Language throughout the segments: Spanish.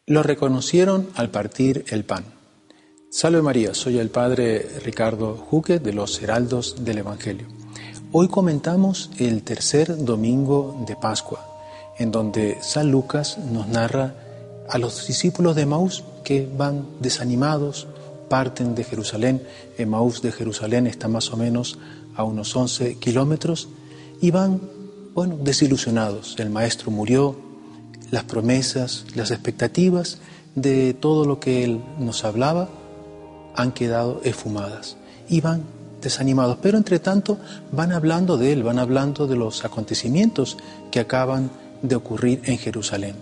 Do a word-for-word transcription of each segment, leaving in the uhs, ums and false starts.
Lo reconocieron al partir el pan. Salve María, soy el Padre Ricardo Juque de los Heraldos del Evangelio. Hoy comentamos el tercer domingo de Pascua, en donde San Lucas nos narra a los discípulos de Emaús que van desanimados, parten de Jerusalén. Emaús de Jerusalén está más o menos a unos once kilómetros y van, bueno, desilusionados. El Maestro murió, las promesas, las expectativas de todo lo que Él nos hablaba han quedado esfumadas y van desanimados. Pero entre tanto van hablando de Él, van hablando de los acontecimientos que acaban de ocurrir en Jerusalén.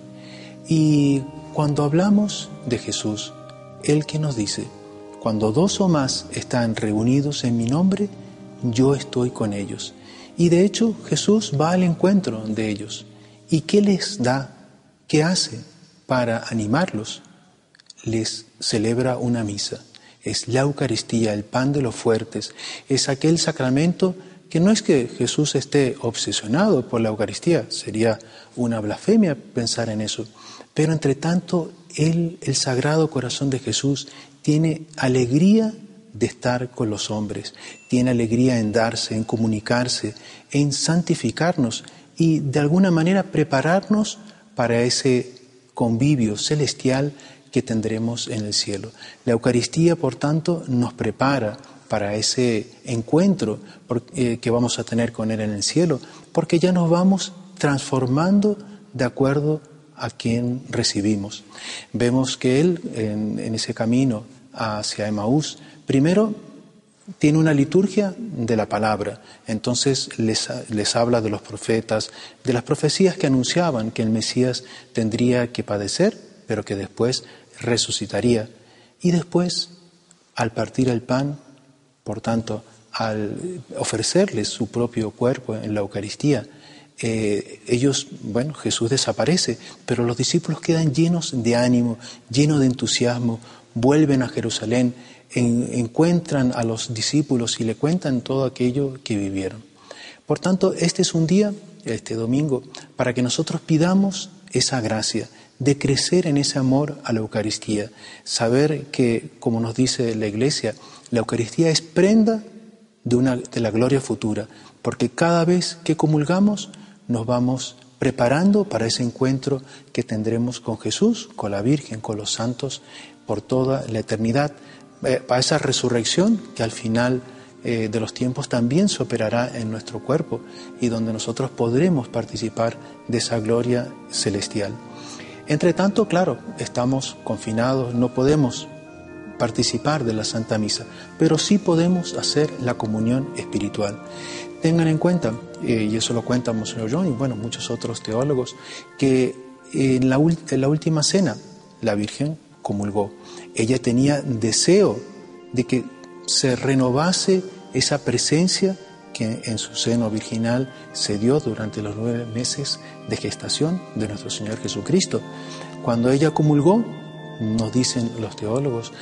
Y cuando hablamos de Jesús, Él que nos dice: cuando dos o más están reunidos en mi nombre, yo estoy con ellos. Y de hecho Jesús va al encuentro de ellos. ¿Y qué les da? ¿Qué hace para animarlos? Les celebra una misa. Es la Eucaristía, el pan de los fuertes. Es aquel sacramento que no es que Jesús esté obsesionado por la Eucaristía, sería una blasfemia pensar en eso. Pero entre tanto, Él, el Sagrado Corazón de Jesús, tiene alegría de estar con los hombres, tiene alegría en darse, en comunicarse, en santificarnos y de alguna manera prepararnos para ese convivio celestial que tendremos en el cielo. La Eucaristía, por tanto, nos prepara para ese encuentro que vamos a tener con Él en el cielo, porque ya nos vamos transformando de acuerdo a quien recibimos. Vemos que Él, en, en ese camino hacia Emaús, primero tiene una liturgia de la palabra. Entonces les, les habla de los profetas, de las profecías que anunciaban que el Mesías tendría que padecer, pero que después resucitaría. Y después, al partir el pan, por tanto, al ofrecerles su propio cuerpo en la Eucaristía, eh, ellos, bueno, Jesús desaparece, pero los discípulos quedan llenos de ánimo, llenos de entusiasmo, vuelven a Jerusalén, en, encuentran a los discípulos y le cuentan todo aquello que vivieron. Por tanto, este es un día, este domingo, para que nosotros pidamos esa gracia de crecer en ese amor a la Eucaristía, saber que, como nos dice la Iglesia, la Eucaristía es prenda de, una, de la gloria futura, porque cada vez que comulgamos nos vamos preparando para ese encuentro que tendremos con Jesús, con la Virgen, con los santos, por toda la eternidad, eh, para esa resurrección que al final eh, de los tiempos también se operará en nuestro cuerpo y donde nosotros podremos participar de esa gloria celestial. Entre tanto, claro, estamos confinados, no podemos participar de la Santa Misa, pero sí podemos hacer la comunión espiritual. Tengan en cuenta, eh, y eso lo cuenta Monseñor John y bueno, muchos otros teólogos, que en la, en la última cena la Virgen comulgó. Ella tenía deseo de que se renovase esa presencia que en su seno virginal se dio durante los nueve meses de gestación de nuestro Señor Jesucristo. Cuando ella comulgó, nos dicen los teólogos,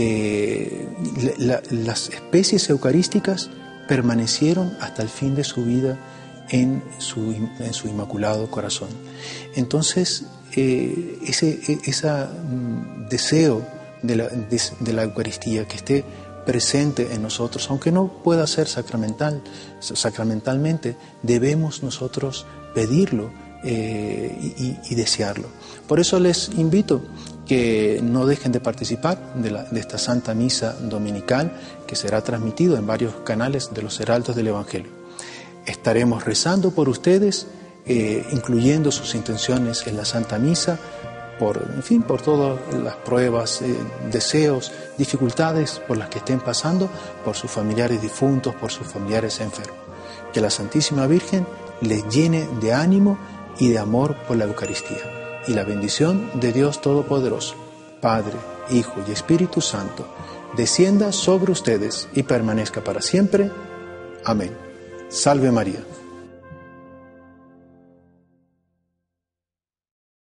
eh, la, las especies eucarísticas permanecieron hasta el fin de su vida en su, en su Inmaculado Corazón. Entonces, eh, ese esa, mm, deseo de la, de, de la Eucaristía que esté presente en nosotros, aunque no pueda ser sacramental, sacramentalmente, debemos nosotros pedirlo eh, y, y desearlo. Por eso les invito que no dejen de participar de, la, de esta Santa Misa Dominical que será transmitido en varios canales de los Heraldos del Evangelio. Estaremos rezando por ustedes, eh, incluyendo sus intenciones en la Santa Misa, por, en fin, por todas las pruebas, eh, deseos, dificultades por las que estén pasando, por sus familiares difuntos, por sus familiares enfermos. Que la Santísima Virgen les llene de ánimo y de amor por la Eucaristía. Y la bendición de Dios Todopoderoso, Padre, Hijo y Espíritu Santo, descienda sobre ustedes y permanezca para siempre. Amén. Salve María.